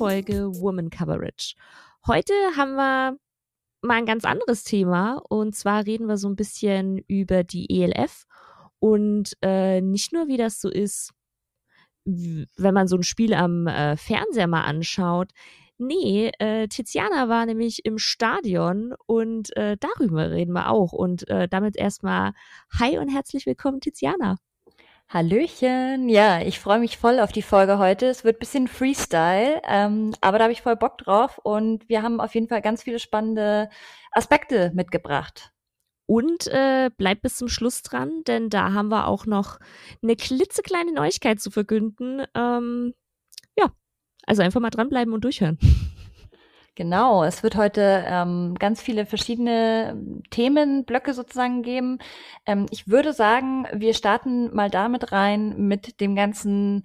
Folge Woman Coverage. Heute haben wir mal ein ganz anderes Thema und zwar reden wir so ein bisschen über die ELF und nicht nur, wie das so ist, wenn man so ein Spiel am Fernseher mal anschaut. Nee, Tiziana war nämlich im Stadion und darüber reden wir auch. Und damit erstmal hi und herzlich willkommen, Tiziana. Hallöchen, ja, ich freue mich voll auf die Folge heute. Es wird ein bisschen Freestyle, aber da habe ich voll Bock drauf und wir haben auf jeden Fall ganz viele spannende Aspekte mitgebracht. Und bleibt bis zum Schluss dran, denn da haben wir auch noch eine klitzekleine Neuigkeit zu verkünden. Ja, also einfach mal dranbleiben und durchhören. Genau, es wird heute ganz viele verschiedene Themenblöcke sozusagen geben. Ich würde sagen, wir starten mal damit rein mit dem ganzen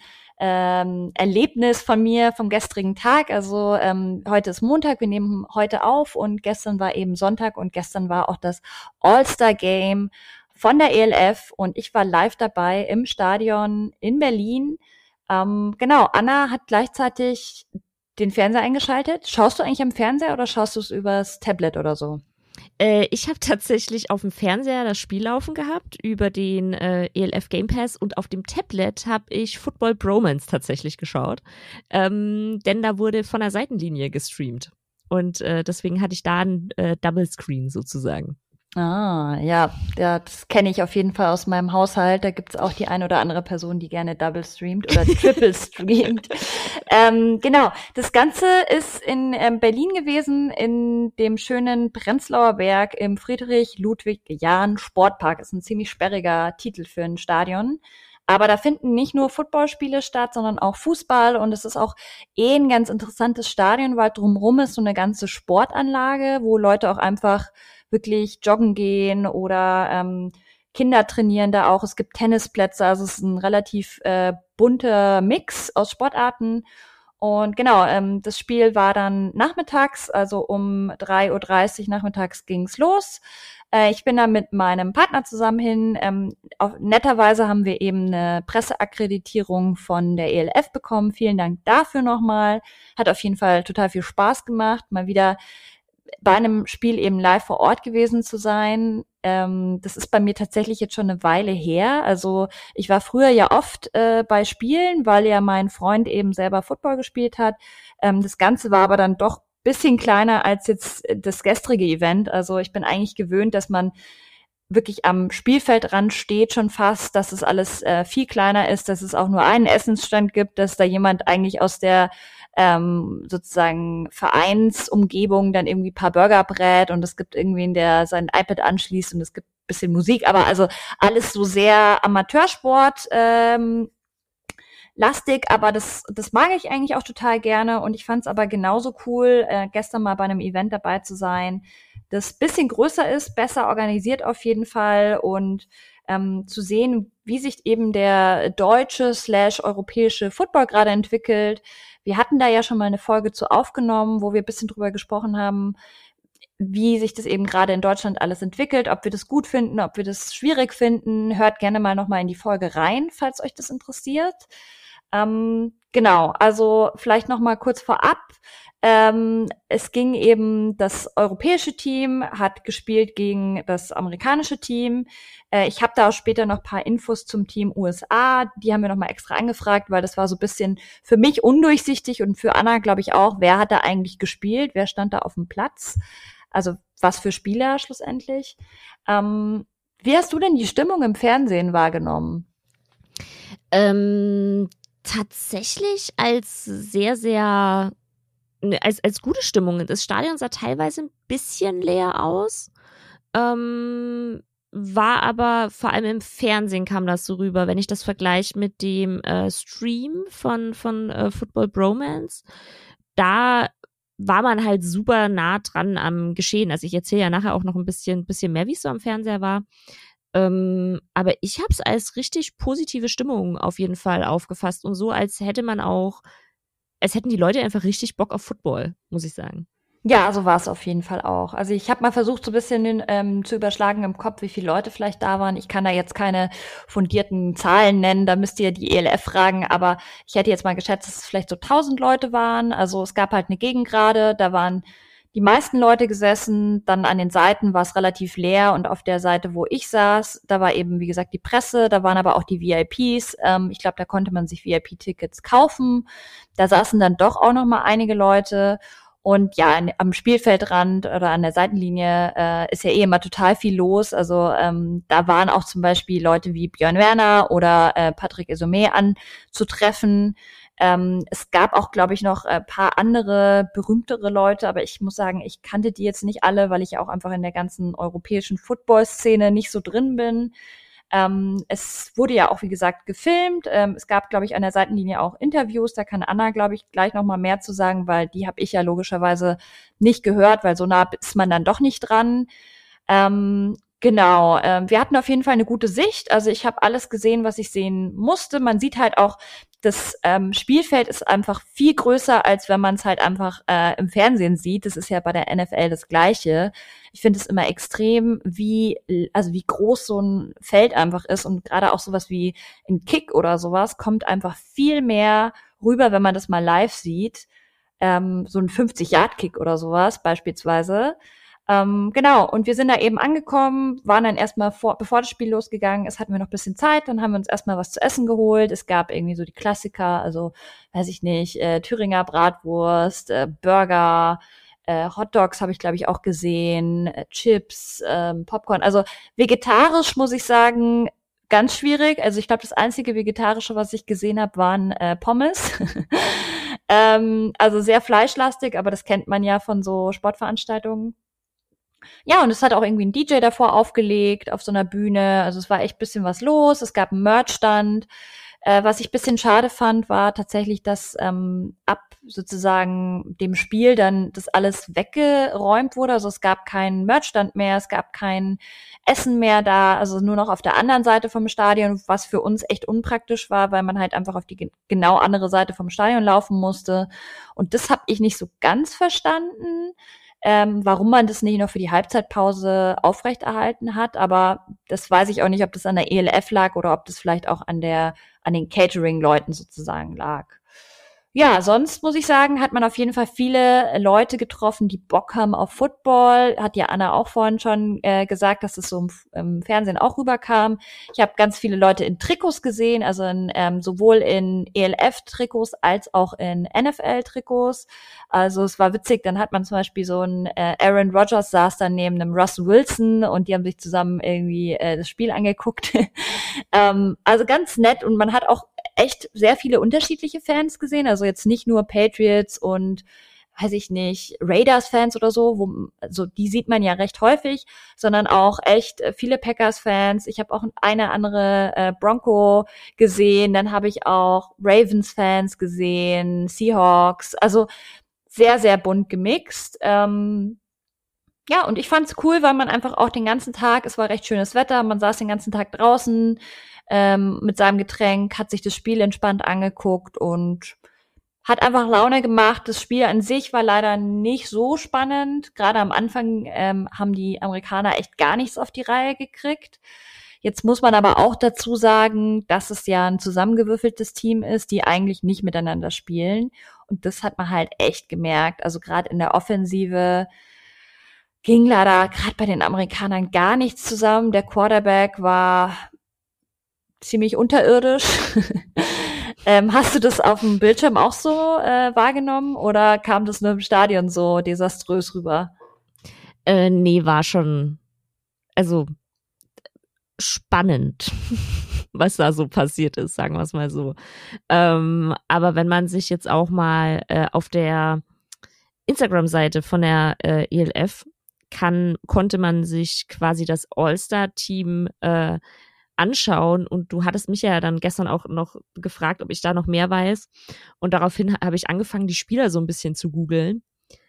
Erlebnis von mir vom gestrigen Tag. Also heute ist Montag, wir nehmen heute auf und gestern war eben Sonntag und gestern war auch das All-Star-Game von der ELF und ich war live dabei im Stadion in Berlin. Genau, Anna hat gleichzeitig den Fernseher eingeschaltet. Schaust du eigentlich am Fernseher oder schaust du es übers Tablet oder so? Ich habe tatsächlich auf dem Fernseher das Spiel laufen gehabt über den ELF Game Pass und auf dem Tablet habe ich Football Bromance tatsächlich geschaut, denn da wurde von der Seitenlinie gestreamt und deswegen hatte ich da einen Double Screen sozusagen. Ah, ja, ja, das kenne ich auf jeden Fall aus meinem Haushalt. Da gibt's auch die eine oder andere Person, die gerne Double streamt oder Triple streamt. Genau, das Ganze ist in Berlin gewesen, in dem schönen Prenzlauer Berg im Friedrich-Ludwig-Jahn-Sportpark. Ist ein ziemlich sperriger Titel für ein Stadion. Aber da finden nicht nur Footballspiele statt, sondern auch Fußball. Und es ist auch ein ganz interessantes Stadion, weil drumherum ist so eine ganze Sportanlage, wo Leute auch einfach wirklich joggen gehen oder Kinder trainieren da auch. Es gibt Tennisplätze, also es ist ein relativ bunter Mix aus Sportarten. Und genau, das Spiel war dann nachmittags, also um 3:30 Uhr nachmittags ging's los. Ich bin da mit meinem Partner zusammen hin. Netterweise haben wir eben eine Presseakkreditierung von der ELF bekommen. Vielen Dank dafür nochmal. Hat auf jeden Fall total viel Spaß gemacht, mal wieder bei einem Spiel eben live vor Ort gewesen zu sein. Das ist bei mir tatsächlich jetzt schon eine Weile her. Also ich war früher ja oft bei Spielen, weil ja mein Freund eben selber Football gespielt hat. Das Ganze war aber dann doch bisschen kleiner als jetzt das gestrige Event. Also ich bin eigentlich gewöhnt, dass man wirklich am Spielfeldrand steht schon fast, dass es alles viel kleiner ist, dass es auch nur einen Essensstand gibt, dass da jemand eigentlich aus der sozusagen Vereinsumgebung dann irgendwie ein paar Burger brät und es gibt irgendwen, der sein iPad anschließt und es gibt ein bisschen Musik, aber also alles so sehr Amateursport lastig, aber das mag ich eigentlich auch total gerne und ich fand es aber genauso cool, gestern mal bei einem Event dabei zu sein, das bisschen größer ist, besser organisiert auf jeden Fall und zu sehen, wie sich eben der deutsche/europäische Football gerade entwickelt. Wir hatten da ja schon mal eine Folge zu aufgenommen, wo wir ein bisschen drüber gesprochen haben, wie sich das eben gerade in Deutschland alles entwickelt, ob wir das gut finden, ob wir das schwierig finden. Hört gerne mal noch mal in die Folge rein, falls euch das interessiert. Genau, also vielleicht noch mal kurz vorab. Es ging eben, das europäische Team hat gespielt gegen das amerikanische Team. Ich habe da auch später noch ein paar Infos zum Team USA. Die haben wir noch mal extra angefragt, weil das war so ein bisschen für mich undurchsichtig und für Anna, glaube ich, auch. Wer hat da eigentlich gespielt? Wer stand da auf dem Platz? Also was für Spieler schlussendlich. Wie hast du denn die Stimmung im Fernsehen wahrgenommen? Tatsächlich als sehr, sehr, als gute Stimmung. Das Stadion sah teilweise ein bisschen leer aus, war aber vor allem im Fernsehen kam das so rüber, wenn ich das vergleiche mit dem Stream von Football Bromance. Da war man halt super nah dran am Geschehen. Also ich erzähle ja nachher auch noch ein bisschen mehr, wie es so am Fernseher war. Aber ich habe es als richtig positive Stimmung auf jeden Fall aufgefasst und so, als hätten die Leute einfach richtig Bock auf Football, muss ich sagen. Ja, so war es auf jeden Fall auch. Also ich habe mal versucht, so ein bisschen zu überschlagen im Kopf, wie viele Leute vielleicht da waren. Ich kann da jetzt keine fundierten Zahlen nennen, da müsst ihr die ELF fragen, aber ich hätte jetzt mal geschätzt, dass es vielleicht so 1000 Leute waren. Also es gab halt eine Gegengrade, da waren die meisten Leute gesessen, dann an den Seiten war es relativ leer und auf der Seite, wo ich saß, da war eben, wie gesagt, die Presse, da waren aber auch die VIPs. Ich glaube, da konnte man sich VIP-Tickets kaufen. Da saßen dann doch auch noch mal einige Leute. Und ja, am Spielfeldrand oder an der Seitenlinie ist ja eh immer total viel los. Also da waren auch zum Beispiel Leute wie Björn Werner oder Patrick Isomé anzutreffen. Es gab auch, glaube ich, noch ein paar andere berühmtere Leute, aber ich muss sagen, ich kannte die jetzt nicht alle, weil ich auch einfach in der ganzen europäischen Football-Szene nicht so drin bin. Es wurde ja auch, wie gesagt, gefilmt. Es gab, glaube ich, an der Seitenlinie auch Interviews. Da kann Anna, glaube ich, gleich noch mal mehr zu sagen, weil die habe ich ja logischerweise nicht gehört, weil so nah ist man dann doch nicht dran. Genau, wir hatten auf jeden Fall eine gute Sicht. Also ich habe alles gesehen, was ich sehen musste. Man sieht halt auch, das Spielfeld ist einfach viel größer, als wenn man es halt einfach im Fernsehen sieht. Das ist ja bei der NFL das Gleiche. Ich finde es immer extrem, wie groß so ein Feld einfach ist und gerade auch sowas wie ein Kick oder sowas kommt einfach viel mehr rüber, wenn man das mal live sieht. So ein 50-Yard-Kick oder sowas beispielsweise. Genau, und wir sind da eben angekommen, waren dann erstmal bevor das Spiel losgegangen ist, hatten wir noch ein bisschen Zeit, dann haben wir uns erstmal was zu essen geholt. Es gab irgendwie so die Klassiker, also weiß ich nicht, Thüringer Bratwurst, Burger, Hotdogs habe ich, glaube ich, auch gesehen, Chips, Popcorn. Also vegetarisch muss ich sagen, ganz schwierig. Also ich glaube, das einzige Vegetarische, was ich gesehen habe, waren Pommes. Also sehr fleischlastig, aber das kennt man ja von so Sportveranstaltungen. Ja, und es hat auch irgendwie ein DJ davor aufgelegt auf so einer Bühne. Also es war echt bisschen was los. Es gab einen Merchstand. Was ich bisschen schade fand, war tatsächlich, dass ab sozusagen dem Spiel dann das alles weggeräumt wurde. Also es gab keinen Merchstand mehr, es gab kein Essen mehr da, also nur noch auf der anderen Seite vom Stadion, was für uns echt unpraktisch war, weil man halt einfach auf die genau andere Seite vom Stadion laufen musste. Und das habe ich nicht so ganz verstanden, warum man das nicht noch für die Halbzeitpause aufrechterhalten hat. Aber das weiß ich auch nicht, ob das an der ELF lag oder ob das vielleicht auch an den Catering-Leuten sozusagen lag. Ja, sonst muss ich sagen, hat man auf jeden Fall viele Leute getroffen, die Bock haben auf Football. Hat ja Anna auch vorhin schon gesagt, dass es so im Fernsehen auch rüberkam. Ich habe ganz viele Leute in Trikots gesehen, also sowohl in ELF-Trikots als auch in NFL-Trikots. Also es war witzig, dann hat man zum Beispiel so ein Aaron Rodgers saß dann neben einem Russell Wilson und die haben sich zusammen irgendwie das Spiel angeguckt. Also ganz nett und man hat auch echt sehr viele unterschiedliche Fans gesehen, also jetzt nicht nur Patriots und weiß ich nicht, Raiders-Fans oder so, also die sieht man ja recht häufig, sondern auch echt viele Packers-Fans. Ich habe auch eine andere Bronco gesehen, dann habe ich auch Ravens-Fans gesehen, Seahawks, also sehr, sehr bunt gemixt. Ja, und ich fand's cool, weil man einfach auch den ganzen Tag, es war recht schönes Wetter, man saß den ganzen Tag draußen mit seinem Getränk, hat sich das Spiel entspannt angeguckt und hat einfach Laune gemacht. Das Spiel an sich war leider nicht so spannend. Gerade am Anfang haben die Amerikaner echt gar nichts auf die Reihe gekriegt. Jetzt muss man aber auch dazu sagen, dass es ja ein zusammengewürfeltes Team ist, die eigentlich nicht miteinander spielen. Und das hat man halt echt gemerkt. Also gerade in der Offensive ging leider gerade bei den Amerikanern gar nichts zusammen. Der Quarterback war ziemlich unterirdisch. Hast du das auf dem Bildschirm auch so wahrgenommen oder kam das nur im Stadion so desaströs rüber? Nee, war schon, also spannend, was da so passiert ist, sagen wir es mal so. Aber wenn man sich jetzt auch mal auf der Instagram-Seite von der ELF konnte man sich quasi das All-Star-Team anschauen und du hattest mich ja dann gestern auch noch gefragt, ob ich da noch mehr weiß und daraufhin habe ich angefangen, die Spieler so ein bisschen zu googeln.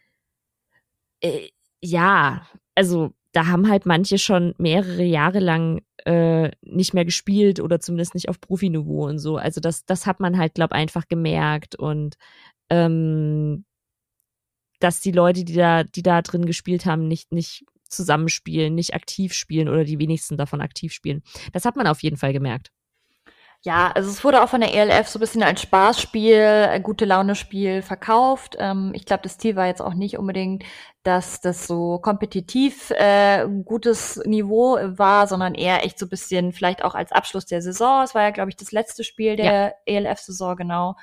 Ja, also da haben halt manche schon mehrere Jahre lang nicht mehr gespielt oder zumindest nicht auf Profiniveau und so. Also das hat man halt, glaube einfach gemerkt und dass die Leute, die da drin gespielt haben, nicht zusammenspielen, nicht aktiv spielen oder die wenigsten davon aktiv spielen. Das hat man auf jeden Fall gemerkt. Ja, also es wurde auch von der ELF so ein bisschen als Spaßspiel, gute Laune-Spiel verkauft. Ich glaube, das Ziel war jetzt auch nicht unbedingt, dass das so kompetitiv gutes Niveau war, sondern eher echt so ein bisschen vielleicht auch als Abschluss der Saison. Es war ja, glaube ich, das letzte Spiel der ELF-Saison, genau.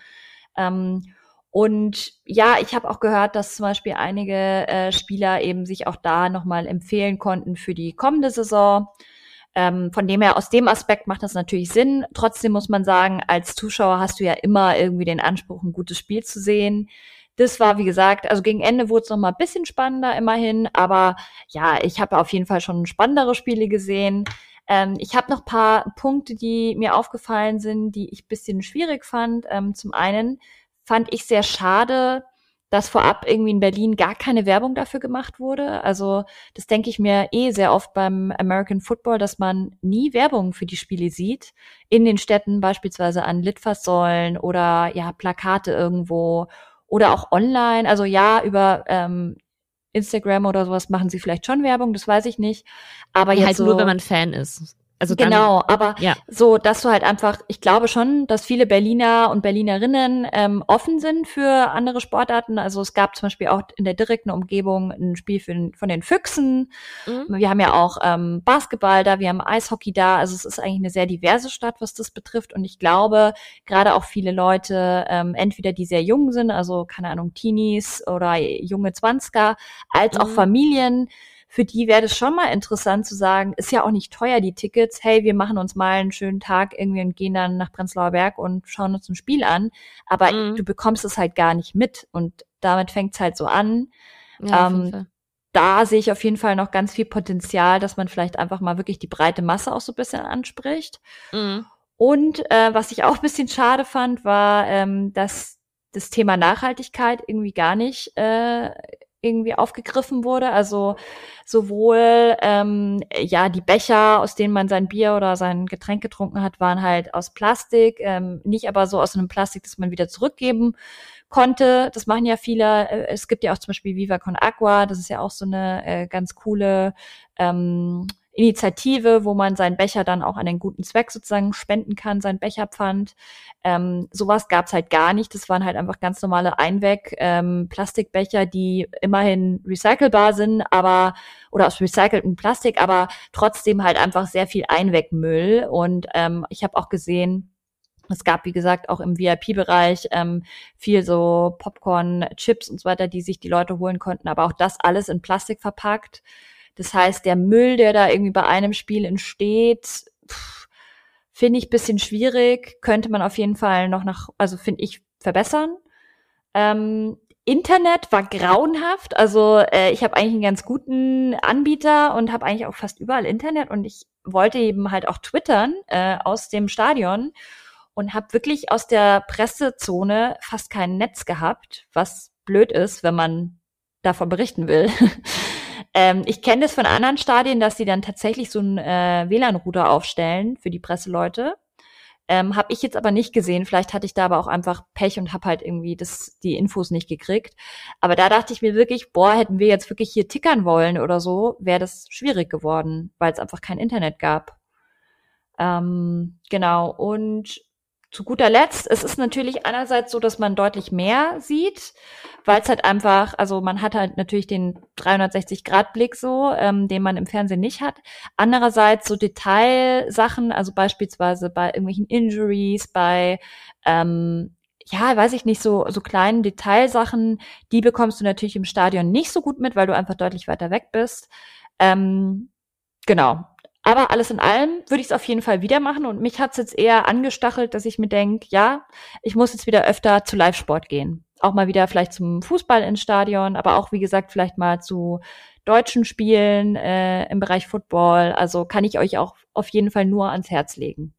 Und ja, ich habe auch gehört, dass zum Beispiel einige Spieler eben sich auch da nochmal empfehlen konnten für die kommende Saison. Von dem her, aus dem Aspekt macht das natürlich Sinn. Trotzdem muss man sagen, als Zuschauer hast du ja immer irgendwie den Anspruch, ein gutes Spiel zu sehen. Das war, wie gesagt, also gegen Ende wurde es noch mal ein bisschen spannender immerhin, aber ja, ich habe auf jeden Fall schon spannendere Spiele gesehen. Ich habe noch ein paar Punkte, die mir aufgefallen sind, die ich ein bisschen schwierig fand. Zum einen fand ich sehr schade, dass vorab irgendwie in Berlin gar keine Werbung dafür gemacht wurde. Also das denke ich mir sehr oft beim American Football, dass man nie Werbung für die Spiele sieht. In den Städten beispielsweise an Litfaßsäulen oder ja Plakate irgendwo oder auch online. Also ja, über Instagram oder sowas machen sie vielleicht schon Werbung, das weiß ich nicht. Aber ja, jetzt halt so, nur, wenn man Fan ist. Also dann, genau, aber ja. so, dass du halt einfach, ich glaube schon, dass viele Berliner und Berlinerinnen offen sind für andere Sportarten. Also es gab zum Beispiel auch in der direkten Umgebung ein Spiel von den Füchsen. Wir haben ja auch Basketball da, wir haben Eishockey da. Also es ist eigentlich eine sehr diverse Stadt, was das betrifft. Und ich glaube, gerade auch viele Leute, entweder die sehr jung sind, also keine Ahnung, Teenies oder junge Zwanziger, als auch Familien, für die wäre das schon mal interessant zu sagen, ist ja auch nicht teuer, die Tickets. Hey, wir machen uns mal einen schönen Tag irgendwie und gehen dann nach Prenzlauer Berg und schauen uns ein Spiel an. Aber du bekommst es halt gar nicht mit. Und damit fängt es halt so an. Ja, da sehe ich auf jeden Fall noch ganz viel Potenzial, dass man vielleicht einfach mal wirklich die breite Masse auch so ein bisschen anspricht. Und was ich auch ein bisschen schade fand, war, dass das Thema Nachhaltigkeit irgendwie gar nicht irgendwie aufgegriffen wurde. Also sowohl ja die Becher, aus denen man sein Bier oder sein Getränk getrunken hat, waren halt aus Plastik, nicht aber so aus einem Plastik, das man wieder zurückgeben konnte. Das machen ja viele. Es gibt ja auch zum Beispiel Viva Con Agua, das ist ja auch so eine ganz coole Initiative, wo man seinen Becher dann auch an den guten Zweck sozusagen spenden kann, sein Becherpfand. Sowas gab's halt gar nicht. Das waren halt einfach ganz normale Plastikbecher, die immerhin recycelbar sind, aber oder aus recyceltem Plastik, aber trotzdem halt einfach sehr viel Einwegmüll. Und ich habe auch gesehen, es gab, wie gesagt, auch im VIP-Bereich viel so Popcorn, Chips und so weiter, die sich die Leute holen konnten, aber auch das alles in Plastik verpackt. Das heißt, der Müll, der da irgendwie bei einem Spiel entsteht, finde ich ein bisschen schwierig. Könnte man auf jeden Fall noch also finde ich, verbessern. Internet war grauenhaft. Also ich habe eigentlich einen ganz guten Anbieter und habe eigentlich auch fast überall Internet. Und ich wollte eben halt auch twittern aus dem Stadion und habe wirklich aus der Pressezone fast kein Netz gehabt, was blöd ist, wenn man davon berichten will. Ich kenne das von anderen Stadien, dass sie dann tatsächlich so einen WLAN-Router aufstellen für die Presseleute. Habe ich jetzt aber nicht gesehen. Vielleicht hatte ich da aber auch einfach Pech und habe halt irgendwie die Infos nicht gekriegt. Aber da dachte ich mir wirklich, boah, hätten wir jetzt wirklich hier tickern wollen oder so, wäre das schwierig geworden, weil es einfach kein Internet gab. Genau. Und zu guter Letzt, es ist natürlich einerseits so, dass man deutlich mehr sieht, weil es halt einfach, also man hat halt natürlich den 360-Grad-Blick so, den man im Fernsehen nicht hat. Andererseits so Detailsachen, also beispielsweise bei irgendwelchen Injuries, bei ja, weiß ich nicht, so kleinen Detailsachen, die bekommst du natürlich im Stadion nicht so gut mit, weil du einfach deutlich weiter weg bist. Genau. Aber alles in allem würde ich es auf jeden Fall wieder machen und mich hat's jetzt eher angestachelt, dass ich mir denke, ja, ich muss jetzt wieder öfter zu Live-Sport gehen. Auch mal wieder vielleicht zum Fußball ins Stadion, aber auch, wie gesagt, vielleicht mal zu deutschen Spielen im Bereich Football. Also kann ich euch auch auf jeden Fall nur ans Herz legen.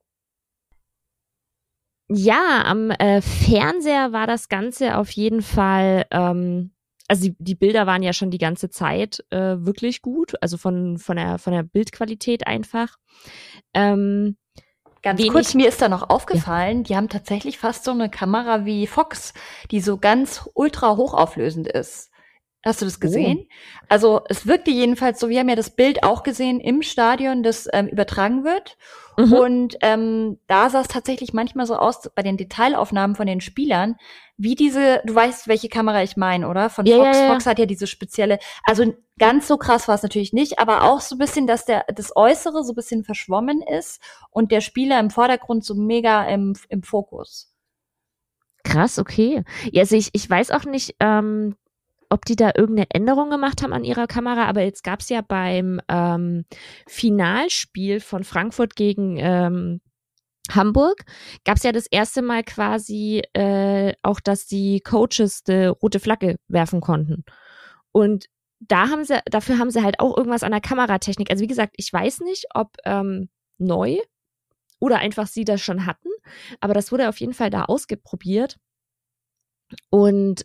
Ja, am Fernseher war das Ganze auf jeden Fall, also die Bilder waren ja schon die ganze Zeit wirklich gut, also von der Bildqualität einfach. Ganz kurz, mir ist da noch aufgefallen, die haben tatsächlich fast so eine Kamera wie Fox, die so ganz ultra hochauflösend ist. Hast du das gesehen? Also es wirkte jedenfalls so, wir haben ja das Bild auch gesehen im Stadion, das übertragen wird. Mhm. Und da sah es tatsächlich manchmal so aus, bei den Detailaufnahmen von den Spielern, wie diese, du weißt, welche Kamera ich meine, oder? Von Ja, ja, Fox. ja. Fox hat ja diese spezielle, also ganz so krass war es natürlich nicht, aber auch so ein bisschen, dass das Äußere so ein bisschen verschwommen ist und der Spieler im Vordergrund so mega im Fokus. Krass, okay. Ja, also ich weiß auch nicht, ob die da irgendeine Änderung gemacht haben an ihrer Kamera, aber jetzt gab's ja beim Finalspiel von Frankfurt gegen Hamburg, gab's ja das erste Mal quasi auch, dass die Coaches die rote Flagge werfen konnten. Und dafür haben sie halt auch irgendwas an der Kameratechnik. Also wie gesagt, ich weiß nicht, ob neu oder einfach sie das schon hatten, aber das wurde auf jeden Fall da ausprobiert. Und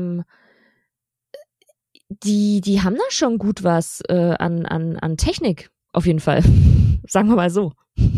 die haben da schon gut was an Technik, auf jeden Fall. Sagen wir mal so.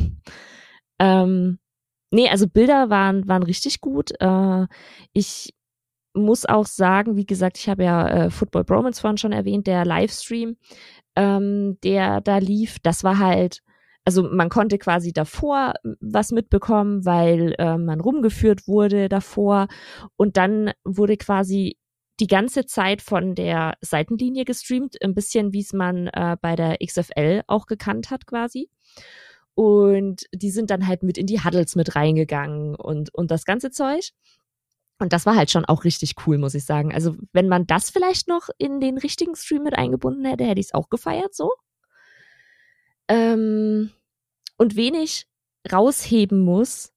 Nee, also Bilder waren richtig gut. Ich muss auch sagen, wie gesagt, ich habe ja Football Bromance vorhin schon erwähnt, der Livestream, der da lief, das war halt, also man konnte quasi davor was mitbekommen, weil man rumgeführt wurde davor und dann wurde quasi die ganze Zeit von der Seitenlinie gestreamt, ein bisschen wie es man bei der XFL auch gekannt hat quasi. Und die sind dann halt mit in die Huddles mit reingegangen und das ganze Zeug. Und das war halt schon auch richtig cool, muss ich sagen. Also wenn man das vielleicht noch in den richtigen Stream mit eingebunden hätte, hätte ich es auch gefeiert so. Und wenig rausheben muss.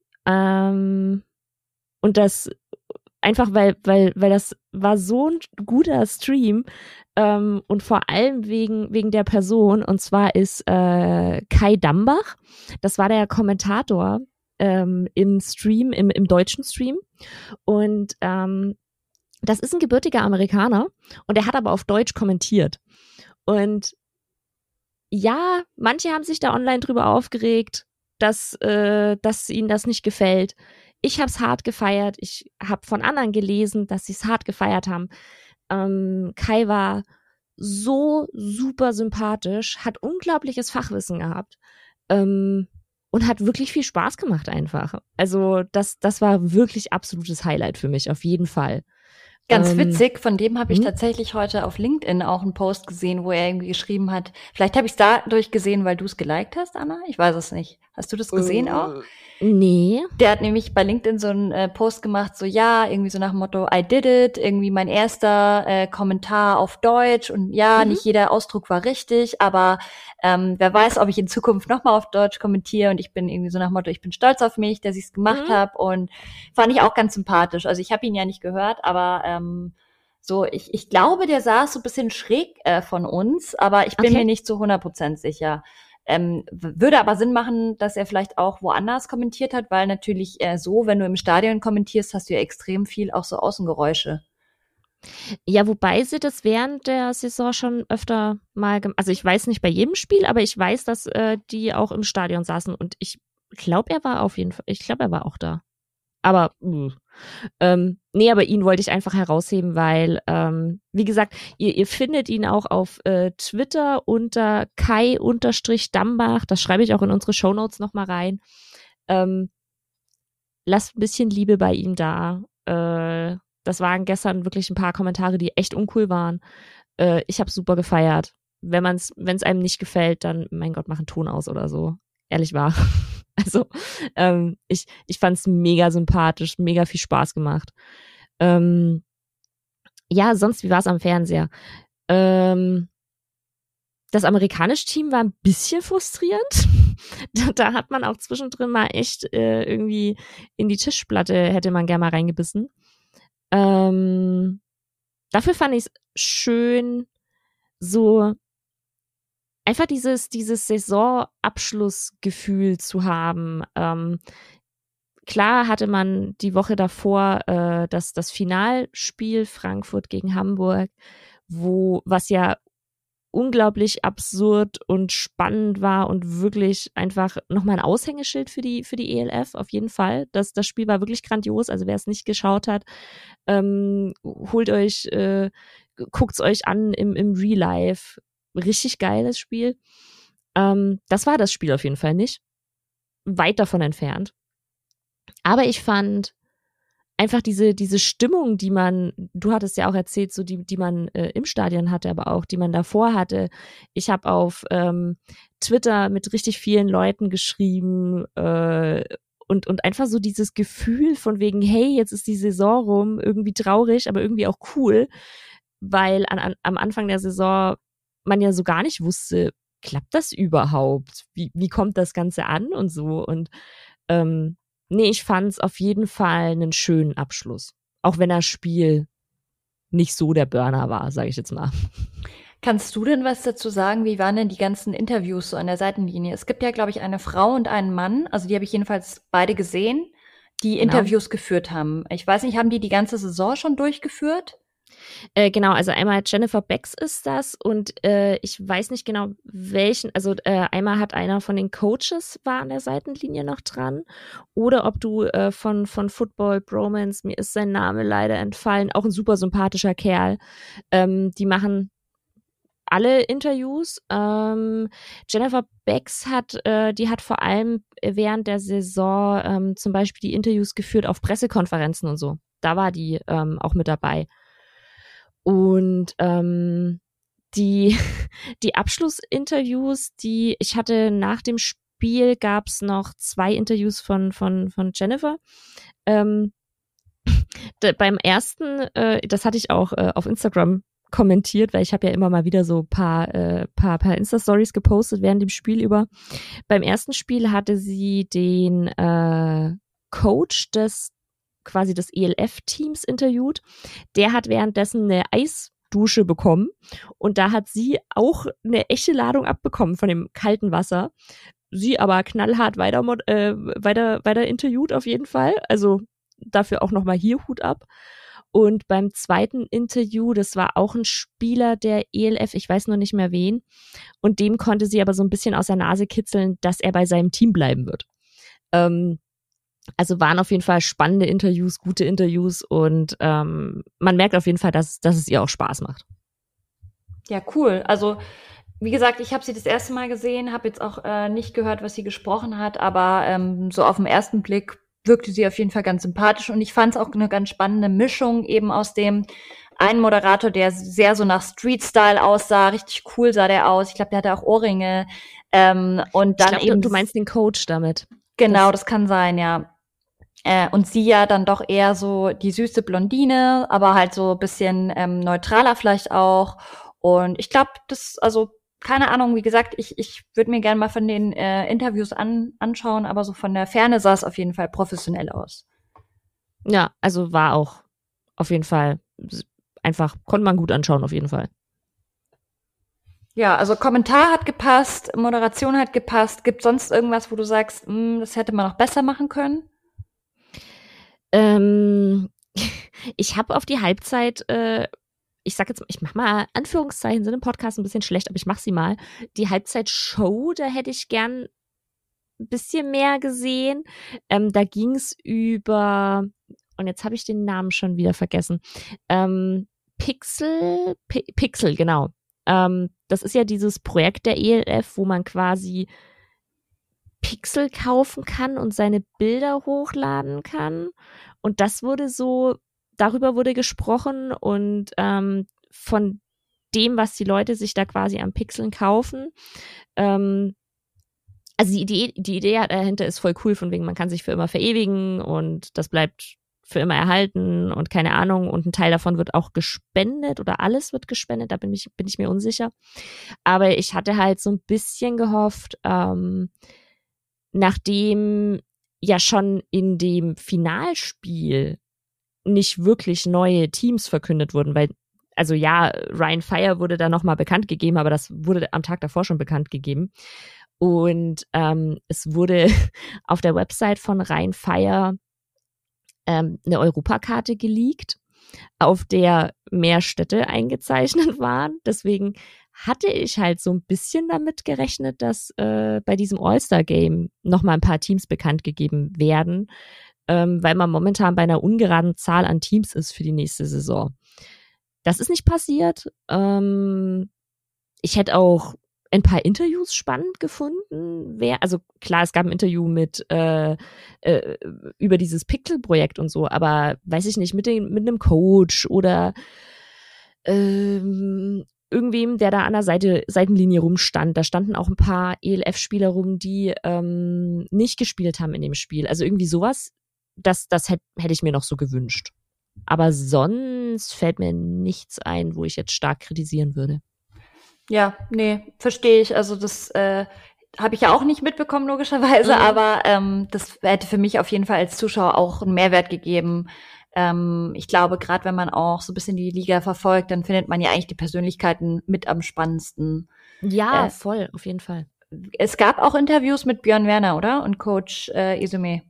Und das einfach, weil das war so ein guter Stream und vor allem wegen der Person. Und zwar ist Kai Dambach, das war der Kommentator im Stream, im deutschen Stream. Und das ist ein gebürtiger Amerikaner und er hat aber auf Deutsch kommentiert. Und ja, manche haben sich da online drüber aufgeregt, dass ihnen das nicht gefällt. Ich habe es hart gefeiert. Ich habe von anderen gelesen, dass sie es hart gefeiert haben. Kai war so super sympathisch, hat unglaubliches Fachwissen gehabt und hat wirklich viel Spaß gemacht einfach. Also das war wirklich absolutes Highlight für mich, auf jeden Fall. Ganz witzig, von dem habe ich hm? tatsächlich heute auf LinkedIn auch einen Post gesehen, wo er irgendwie geschrieben hat, vielleicht habe ich es dadurch gesehen, weil du es geliked hast, Anna? Ich weiß es nicht. Hast du das gesehen auch? Nee. Der hat nämlich bei LinkedIn so einen Post gemacht, so ja, irgendwie so nach dem Motto, I did it, irgendwie mein erster Kommentar auf Deutsch und ja, nicht jeder Ausdruck war richtig, aber wer weiß, ob ich in Zukunft nochmal auf Deutsch kommentiere und ich bin irgendwie so nach dem Motto, ich bin stolz auf mich, dass ich es gemacht habe und fand ich auch ganz sympathisch. Also ich habe ihn ja nicht gehört, aber so, ich glaube, der saß so ein bisschen schräg von uns, aber ich bin mir nicht zu 100% sicher. Würde aber Sinn machen, dass er vielleicht auch woanders kommentiert hat, weil natürlich so, wenn du im Stadion kommentierst, hast du ja extrem viel auch so Außengeräusche. Ja, wobei sie das während der Saison schon öfter mal, also ich weiß nicht bei jedem Spiel, aber ich weiß, dass die auch im Stadion saßen und ich glaube, er war auf jeden Fall, ich glaube, er war auch da. Aber nee, aber ihn wollte ich einfach herausheben, weil, wie gesagt, ihr findet ihn auch auf Twitter unter Kai-Dambach. Das schreibe ich auch in unsere Shownotes nochmal rein. Lasst ein bisschen Liebe bei ihm da. Das waren gestern wirklich ein paar Kommentare, die echt uncool waren. Ich habe super gefeiert. Wenn es einem nicht gefällt, dann, mein Gott, mach einen Ton aus oder so. Ehrlich wahr. Also, ich fand es mega sympathisch, mega viel Spaß gemacht. Ja, sonst, wie war es am Fernseher? Das amerikanische Team war ein bisschen frustrierend. Da hat man auch zwischendrin mal echt irgendwie in die Tischplatte hätte man gerne mal reingebissen. Dafür fand ich es schön, so einfach dieses Saisonabschlussgefühl zu haben. Klar hatte man die Woche davor das Finalspiel Frankfurt gegen Hamburg, was ja unglaublich absurd und spannend war und wirklich einfach nochmal ein Aushängeschild für die ELF, auf jeden Fall. Das Spiel war wirklich grandios, also wer es nicht geschaut hat, holt euch guckt's euch an im Real Life. Richtig geiles Spiel. Das war das Spiel auf jeden Fall nicht. Weit davon entfernt. Aber ich fand einfach diese Stimmung, die du hattest ja auch erzählt, so die man im Stadion hatte, aber auch die man davor hatte. Ich habe auf Twitter mit richtig vielen Leuten geschrieben und einfach so dieses Gefühl von wegen, hey, jetzt ist die Saison rum, irgendwie traurig, aber irgendwie auch cool, weil am Anfang der Saison man ja so gar nicht wusste, klappt das überhaupt? Wie kommt das Ganze an und so? Und nee, ich fand es auf jeden Fall einen schönen Abschluss. Auch wenn das Spiel nicht so der Burner war, sage ich jetzt mal. Kannst du denn was dazu sagen? Wie waren denn die ganzen Interviews so an der Seitenlinie? Es gibt ja, glaube ich, eine Frau und einen Mann, also die habe ich jedenfalls beide gesehen, die Genau. Interviews geführt haben. Ich weiß nicht, haben die ganze Saison schon durchgeführt? Genau, also einmal Jennifer Becks ist das und ich weiß nicht genau welchen, also einmal hat einer von den Coaches war an der Seitenlinie noch dran oder ob du von Football Bromance, mir ist sein Name leider entfallen, auch ein super sympathischer Kerl, die machen alle Interviews. Jennifer Becks die hat vor allem während der Saison zum Beispiel die Interviews geführt auf Pressekonferenzen und so. Da war die auch mit dabei. Und die Abschlussinterviews, die ich hatte nach dem Spiel, gab's noch 2 Interviews von Jennifer. Beim ersten, das hatte ich auch auf Instagram kommentiert, weil ich habe ja immer mal wieder so paar Insta-Stories gepostet während dem Spiel über. Beim ersten Spiel hatte sie den Coach des ELF-Teams interviewt. Der hat währenddessen eine Eisdusche bekommen und da hat sie auch eine echte Ladung abbekommen von dem kalten Wasser. Sie aber knallhart weiter interviewt auf jeden Fall. Also dafür auch nochmal hier Hut ab. Und beim zweiten Interview, das war auch ein Spieler der ELF, ich weiß noch nicht mehr wen, und dem konnte sie aber so ein bisschen aus der Nase kitzeln, dass er bei seinem Team bleiben wird. Also waren auf jeden Fall spannende Interviews, gute Interviews und man merkt auf jeden Fall, dass es ihr auch Spaß macht. Ja, cool. Also wie gesagt, ich habe sie das erste Mal gesehen, habe jetzt auch nicht gehört, was sie gesprochen hat, aber so auf den ersten Blick wirkte sie auf jeden Fall ganz sympathisch und ich fand es auch eine ganz spannende Mischung eben aus dem einen Moderator, der sehr so nach Street-Style aussah, richtig cool sah der aus. Ich glaube, der hatte auch Ohrringe und dann eben. Du meinst den Coach damit? Genau, das kann sein, ja. Und sie ja dann doch eher so die süße Blondine, aber halt so ein bisschen neutraler vielleicht auch. Und ich glaube, keine Ahnung, wie gesagt, ich würde mir gerne mal von den Interviews anschauen, aber so von der Ferne sah es auf jeden Fall professionell aus. Ja, also war auch auf jeden Fall einfach, konnte man gut anschauen auf jeden Fall. Ja, also Kommentar hat gepasst, Moderation hat gepasst. Gibt sonst irgendwas, wo du sagst, das hätte man noch besser machen können? Ich habe auf die Halbzeit ich sag jetzt, ich mach mal Anführungszeichen, sind im Podcast ein bisschen schlecht, aber ich mach sie mal. Die Halbzeitshow, da hätte ich gern ein bisschen mehr gesehen. Da ging's über, und jetzt habe ich den Namen schon wieder vergessen. Pixel, genau. Das ist ja dieses Projekt der ELF, wo man quasi Pixel kaufen kann und seine Bilder hochladen kann. Und das wurde so, darüber wurde gesprochen und von dem, was die Leute sich da quasi an Pixeln kaufen. Also die Idee dahinter ist voll cool, von wegen, man kann sich für immer verewigen und das bleibt für immer erhalten und keine Ahnung. Und ein Teil davon wird auch gespendet oder alles wird gespendet, da bin ich mir unsicher. Aber ich hatte halt so ein bisschen gehofft, nachdem ja schon in dem Finalspiel nicht wirklich neue Teams verkündet wurden, weil, also ja, Ryan Fire wurde da nochmal bekannt gegeben, aber das wurde am Tag davor schon bekannt gegeben. Und es wurde auf der Website von Ryan Fire eine Europakarte geleakt, auf der mehr Städte eingezeichnet waren. Deswegen hatte ich halt so ein bisschen damit gerechnet, dass bei diesem All-Star-Game nochmal ein paar Teams bekannt gegeben werden, weil man momentan bei einer ungeraden Zahl an Teams ist für die nächste Saison. Das ist nicht passiert. Ich hätte auch ein paar Interviews spannend gefunden. Also klar, es gab ein Interview mit über dieses Pickel-Projekt und so, aber weiß ich nicht, mit einem Coach oder irgendwem, der da an der Seitenlinie rumstand. Da standen auch ein paar ELF-Spieler rum, die nicht gespielt haben in dem Spiel. Also irgendwie sowas, das hätte ich mir noch so gewünscht. Aber sonst fällt mir nichts ein, wo ich jetzt stark kritisieren würde. Ja, nee, verstehe ich. Also das habe ich ja auch nicht mitbekommen, logischerweise, aber das hätte für mich auf jeden Fall als Zuschauer auch einen Mehrwert gegeben. Ich glaube, gerade wenn man auch so ein bisschen die Liga verfolgt, dann findet man ja eigentlich die Persönlichkeiten mit am spannendsten. Ja, voll, auf jeden Fall. Es gab auch Interviews mit Björn Werner, oder? Und Coach Izume.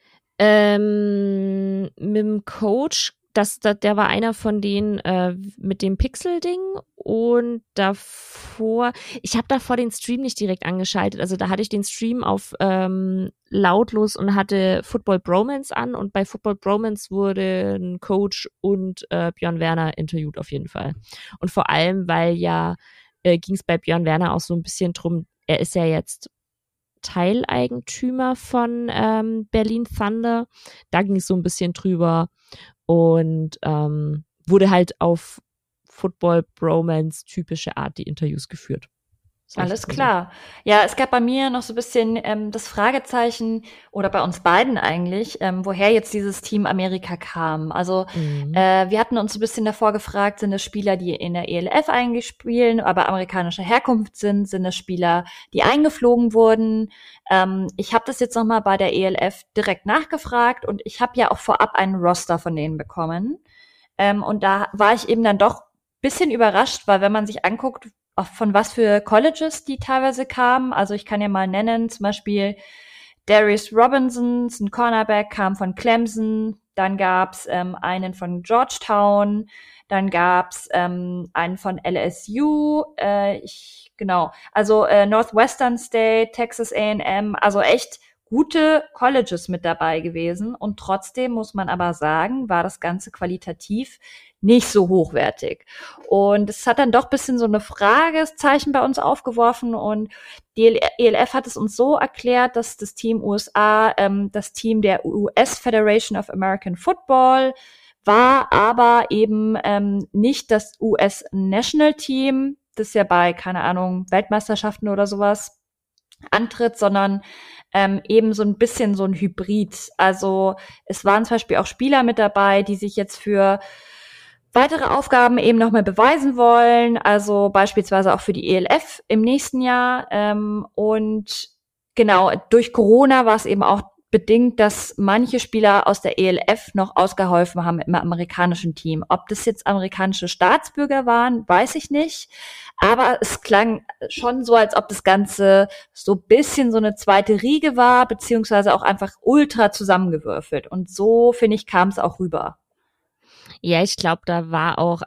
Mit dem Coach, der war einer von denen mit dem Pixel-Ding und davor, ich habe davor den Stream nicht direkt angeschaltet, also da hatte ich den Stream auf lautlos und hatte Football Bromance an und bei Football Bromance wurde ein Coach und Björn Werner interviewt auf jeden Fall. Und vor allem, weil ja ging es bei Björn Werner auch so ein bisschen drum, er ist ja jetzt Teileigentümer von Berlin Thunder. Da ging es so ein bisschen drüber und wurde halt auf Football Bromance typische Art die Interviews geführt. Alles klar. Ja, es gab bei mir noch so ein bisschen das Fragezeichen, oder bei uns beiden eigentlich, woher jetzt dieses Team Amerika kam. Also wir hatten uns so ein bisschen davor gefragt, sind es Spieler, die in der ELF eigentlich spielen, aber amerikanischer Herkunft sind es Spieler, die eingeflogen wurden. Ich habe das jetzt nochmal bei der ELF direkt nachgefragt und ich habe ja auch vorab einen Roster von denen bekommen. Und da war ich eben dann doch ein bisschen überrascht, weil wenn man sich anguckt, von was für Colleges die teilweise kamen. Also ich kann ja mal nennen, zum Beispiel Darius Robinson, ein Cornerback, kam von Clemson. Dann gab's einen von Georgetown. Dann gab's einen von LSU. Also Northwestern State, Texas A&M. Also echt gute Colleges mit dabei gewesen. Und trotzdem muss man aber sagen, war das Ganze qualitativ nicht so hochwertig. Und es hat dann doch ein bisschen so eine Fragezeichen bei uns aufgeworfen und die ELF hat es uns so erklärt, dass das Team USA das Team der US Federation of American Football war, aber eben nicht das US National Team, das ja bei, keine Ahnung, Weltmeisterschaften oder sowas antritt, sondern eben so ein bisschen so ein Hybrid. Also es waren zum Beispiel auch Spieler mit dabei, die sich jetzt für weitere Aufgaben eben nochmal beweisen wollen, also beispielsweise auch für die ELF im nächsten Jahr. Und genau, durch Corona war es eben auch bedingt, dass manche Spieler aus der ELF noch ausgeholfen haben im amerikanischen Team. Ob das jetzt amerikanische Staatsbürger waren, weiß ich nicht. Aber es klang schon so, als ob das Ganze so ein bisschen so eine zweite Riege war, beziehungsweise auch einfach ultra zusammengewürfelt. Und so, finde ich, kam es auch rüber. Ja, ich glaube, da war auch,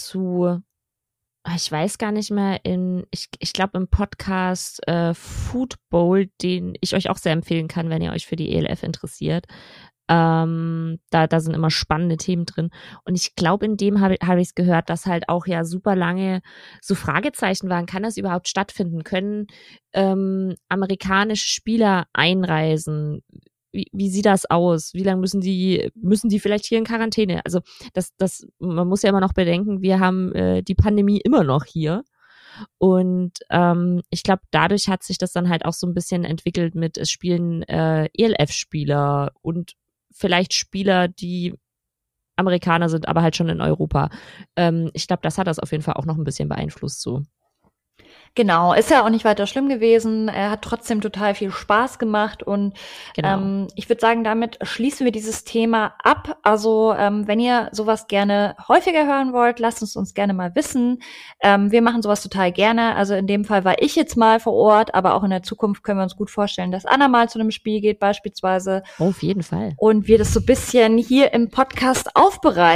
ich weiß gar nicht mehr, ich glaube im Podcast Food Bowl, den ich euch auch sehr empfehlen kann, wenn ihr euch für die ELF interessiert. Da sind immer spannende Themen drin. Und ich glaube, in dem habe ich es gehört, dass halt auch ja super lange so Fragezeichen waren. Kann das überhaupt stattfinden? Können amerikanische Spieler einreisen? Wie sieht das aus? Wie lange müssen die vielleicht hier in Quarantäne? Also man muss ja immer noch bedenken, wir haben die Pandemie immer noch hier. Und ich glaube, dadurch hat sich das dann halt auch so ein bisschen entwickelt mit, es spielen ELF-Spieler und vielleicht Spieler, die Amerikaner sind, aber halt schon in Europa. Ich glaube, das hat das auf jeden Fall auch noch ein bisschen beeinflusst so. Genau, ist ja auch nicht weiter schlimm gewesen. Er hat trotzdem total viel Spaß gemacht und Genau. Ich würde sagen, damit schließen wir dieses Thema ab. Also wenn ihr sowas gerne häufiger hören wollt, lasst uns gerne mal wissen. Wir machen sowas total gerne. Also in dem Fall war ich jetzt mal vor Ort, aber auch in der Zukunft können wir uns gut vorstellen, dass Anna mal zu einem Spiel geht beispielsweise. Auf jeden Fall. Und wir das so ein bisschen hier im Podcast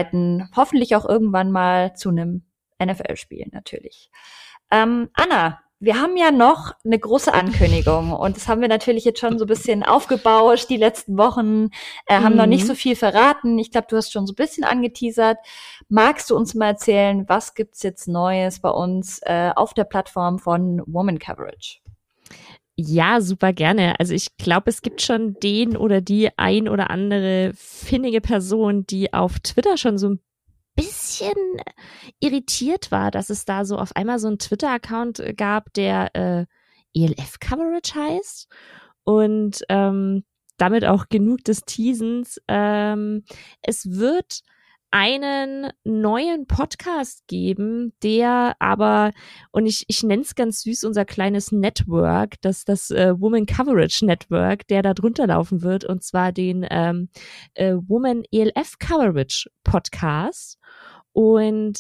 aufbereiten. Hoffentlich auch irgendwann mal zu einem NFL-Spiel natürlich. Anna, wir haben ja noch eine große Ankündigung und das haben wir natürlich jetzt schon so ein bisschen aufgebauscht die letzten Wochen, haben noch nicht so viel verraten. Ich glaube, du hast schon so ein bisschen angeteasert. Magst du uns mal erzählen, was gibt's jetzt Neues bei uns auf der Plattform von Woman Coverage? Ja, super gerne. Also ich glaube, es gibt schon den oder die ein oder andere findige Person, die auf Twitter schon so ein bisschen irritiert war, dass es da so auf einmal so einen Twitter-Account gab, der ELF-Coverage heißt und damit auch genug des Teasens. Es wird einen neuen Podcast geben, der aber, und ich nenne es ganz süß, unser kleines Network, das Woman Coverage Network, der da drunter laufen wird, und zwar den Woman ELF Coverage Podcast. Und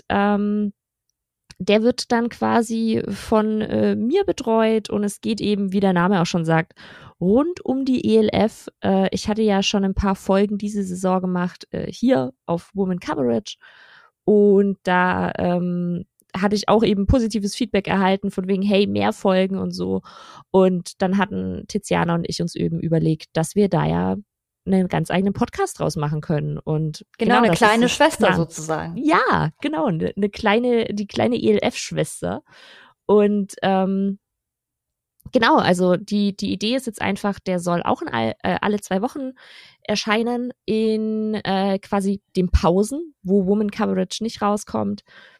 der wird dann quasi von mir betreut und es geht eben, wie der Name auch schon sagt, rund um die ELF. Ich hatte ja schon ein paar Folgen diese Saison gemacht, hier auf Woman Coverage, und da hatte ich auch eben positives Feedback erhalten von wegen, hey, mehr Folgen und so. Und dann hatten Tiziana und ich uns eben überlegt, dass wir da ja einen ganz eigenen Podcast draus machen können. Und genau eine kleine Schwester sozusagen. Ja, genau, die kleine ELF-Schwester. Und genau, also die Idee ist jetzt einfach, der soll auch in alle 2 Wochen erscheinen in quasi den Pausen, wo Woman Coverage nicht rauskommt.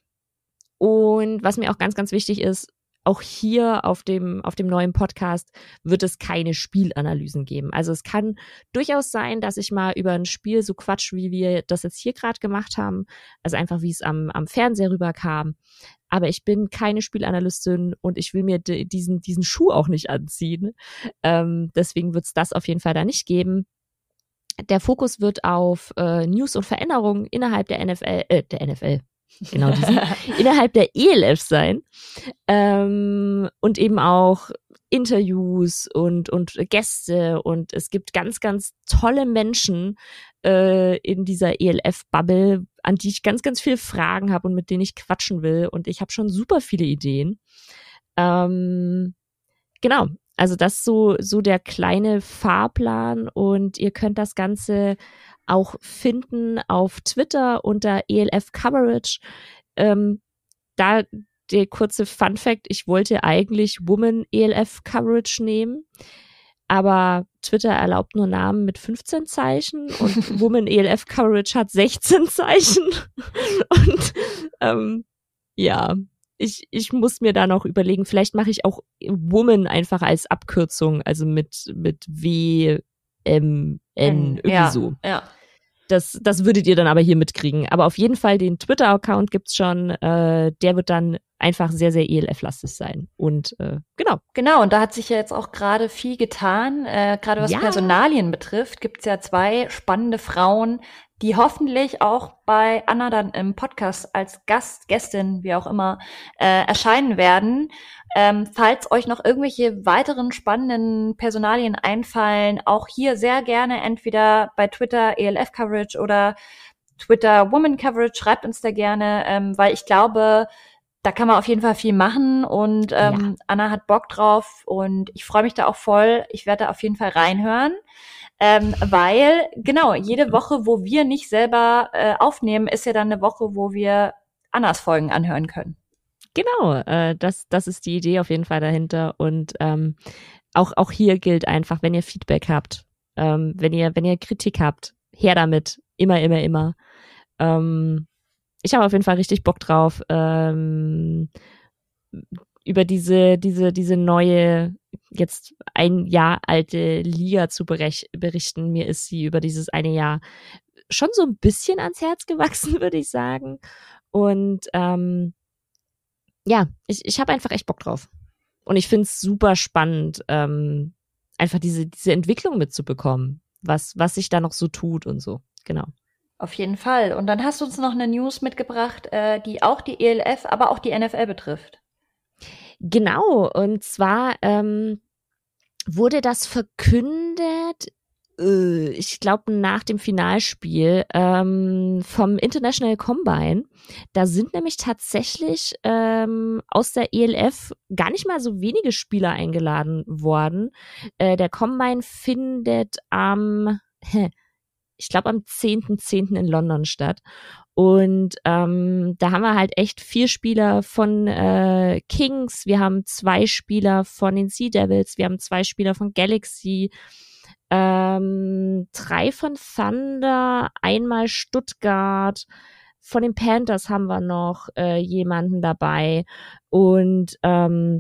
Und was mir auch ganz, ganz wichtig ist, auch hier auf dem neuen Podcast wird es keine Spielanalysen geben. Also es kann durchaus sein, dass ich mal über ein Spiel so quatsch, wie wir das jetzt hier gerade gemacht haben. Also einfach, wie es am Fernseher rüberkam. Aber ich bin keine Spielanalystin und ich will mir diesen Schuh auch nicht anziehen. Deswegen wird es das auf jeden Fall da nicht geben. Der Fokus wird auf News und Veränderungen innerhalb der NFL. Genau, innerhalb der ELF sein, und eben auch Interviews und Gäste, und es gibt ganz, ganz tolle Menschen in dieser ELF-Bubble, an die ich ganz, ganz viele Fragen habe und mit denen ich quatschen will, und ich habe schon super viele Ideen. Genau, also das ist so der kleine Fahrplan, und ihr könnt das Ganze auch finden auf Twitter unter ELF Coverage. Da der kurze Fun Fact, ich wollte eigentlich Woman ELF Coverage nehmen, aber Twitter erlaubt nur Namen mit 15 Zeichen und Woman ELF Coverage hat 16 Zeichen. Und ja, ich muss mir da noch überlegen, vielleicht mache ich auch Woman einfach als Abkürzung, also mit W, M, N, irgendwie so. Ja. Das würdet ihr dann aber hier mitkriegen. Aber auf jeden Fall den Twitter-Account gibt's schon. Der wird dann einfach sehr, sehr ELF-lastig sein. Und genau. Genau, und da hat sich ja jetzt auch gerade viel getan. Gerade was Personalien betrifft, gibt's ja 2 spannende Frauen, die hoffentlich auch bei Anna dann im Podcast als Gästin, wie auch immer, erscheinen werden. Falls euch noch irgendwelche weiteren spannenden Personalien einfallen, auch hier sehr gerne entweder bei Twitter ELF Coverage oder Twitter Woman Coverage, schreibt uns da gerne, weil ich glaube, da kann man auf jeden Fall viel machen, und Anna hat Bock drauf und ich freue mich da auch voll. Ich werde da auf jeden Fall reinhören, weil genau, jede Woche, wo wir nicht selber aufnehmen, ist ja dann eine Woche, wo wir Annas Folgen anhören können. Genau, das ist die Idee auf jeden Fall dahinter, und auch hier gilt einfach, wenn ihr Feedback habt, wenn ihr Kritik habt, her damit, immer. Ich habe auf jeden Fall richtig Bock drauf, über diese neue, jetzt ein Jahr alte Liga zu berichten. Mir ist sie über dieses eine Jahr schon so ein bisschen ans Herz gewachsen, würde ich sagen. Und ja, ich habe einfach echt Bock drauf. Und ich finde es super spannend, einfach diese Entwicklung mitzubekommen, was sich da noch so tut und so. Genau. Auf jeden Fall. Und dann hast du uns noch eine News mitgebracht, die auch die ELF, aber auch die NFL betrifft. Genau, und zwar wurde das verkündet Ich glaube, nach dem Finalspiel vom International Combine, da sind nämlich tatsächlich aus der ELF gar nicht mal so wenige Spieler eingeladen worden. Der Combine findet ich glaube am 10.10. in London statt. Und da haben wir halt echt 4 Spieler von Kings, wir haben 2 Spieler von den Sea Devils, wir haben 2 Spieler von Galaxy, 3 von Thunder, einmal Stuttgart, von den Panthers haben wir noch jemanden dabei und also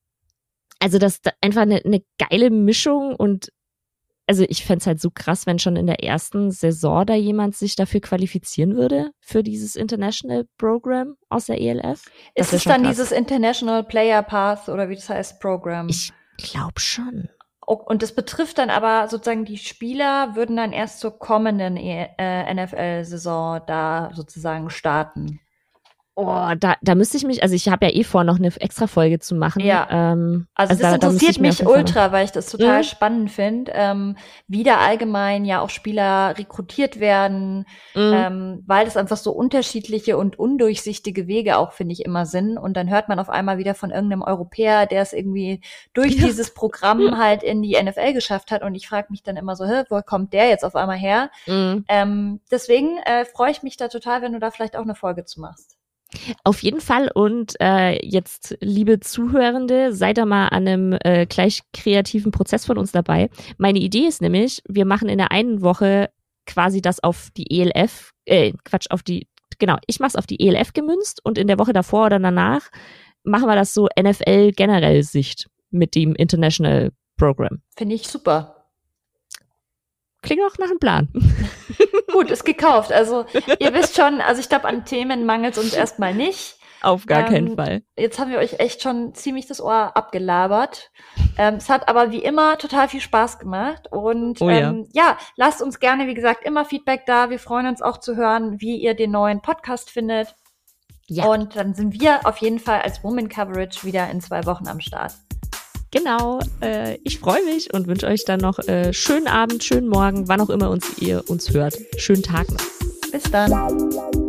das ist einfach eine geile Mischung und also ich fänd's halt so krass, wenn schon in der ersten Saison da jemand sich dafür qualifizieren würde, für dieses International Program aus der ELF. Ist es dann dieses International Player Path oder wie das heißt, Program? Ich glaube schon. Und das betrifft dann aber sozusagen die Spieler würden dann erst zur kommenden NFL-Saison da sozusagen starten. Oh, da müsste ich mich, also ich habe ja eh vor, noch eine extra Folge zu machen. Ja, also das interessiert mich ultra, weil ich das total spannend finde, wie da allgemein ja auch Spieler rekrutiert werden, weil das einfach so unterschiedliche und undurchsichtige Wege auch, finde ich, immer sind. Und dann hört man auf einmal wieder von irgendeinem Europäer, der es irgendwie durch dieses Programm halt in die NFL geschafft hat. Und ich frage mich dann immer so, wo kommt der jetzt auf einmal her? Deswegen freue ich mich da total, wenn du da vielleicht auch eine Folge zu machst. Auf jeden Fall und jetzt, liebe Zuhörende, seid da mal an einem gleich kreativen Prozess von uns dabei. Meine Idee ist nämlich, wir machen in der einen Woche quasi das auf die ELF, ich mach's auf die ELF gemünzt und in der Woche davor oder danach machen wir das so NFL generell Sicht mit dem International Program. Finde ich super. Klingt auch nach einem Plan. Gut, ist gekauft. Also ihr wisst schon, also ich glaube, an Themen mangelt es uns erstmal nicht. Auf gar keinen Fall. Jetzt haben wir euch echt schon ziemlich das Ohr abgelabert. Es hat aber wie immer total viel Spaß gemacht. Und lasst uns gerne, wie gesagt, immer Feedback da. Wir freuen uns auch zu hören, wie ihr den neuen Podcast findet. Ja. Und dann sind wir auf jeden Fall als Woman Coverage wieder in 2 Wochen am Start. Genau, ich freue mich und wünsche euch dann noch schönen Abend, schönen Morgen, wann auch immer ihr uns hört. Schönen Tag noch. Bis dann.